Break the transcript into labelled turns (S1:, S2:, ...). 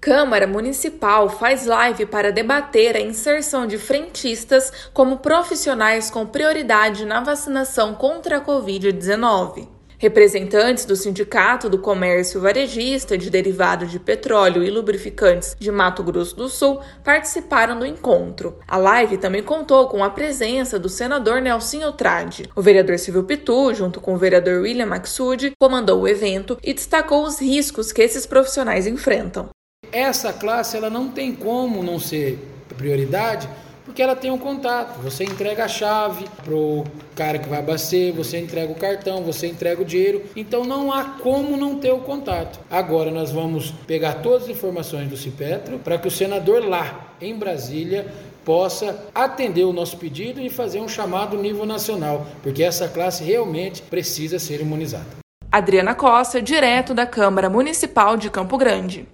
S1: Câmara Municipal faz live para debater a inserção de frentistas como profissionais com prioridade na vacinação contra a Covid-19. Representantes do Sindicato do Comércio Varejista de Derivado de Petróleo e Lubrificantes de Mato Grosso do Sul participaram do encontro. A live também contou com a presença do senador Nelsinho Trade. O vereador Silvio Pitu, junto com o vereador William Maxud, comandou o evento e destacou os riscos que esses profissionais enfrentam.
S2: Essa classe ela não tem como não ser prioridade, porque ela tem um contato. Você entrega a chave para o cara que vai abastecer, você entrega o cartão, você entrega o dinheiro. Então não há como não ter o contato. Agora nós vamos pegar todas as informações do Cipetro para que o senador lá em Brasília possa atender o nosso pedido e fazer um chamado nível nacional, porque essa classe realmente precisa ser imunizada.
S1: Adriana Costa, direto da Câmara Municipal de Campo Grande.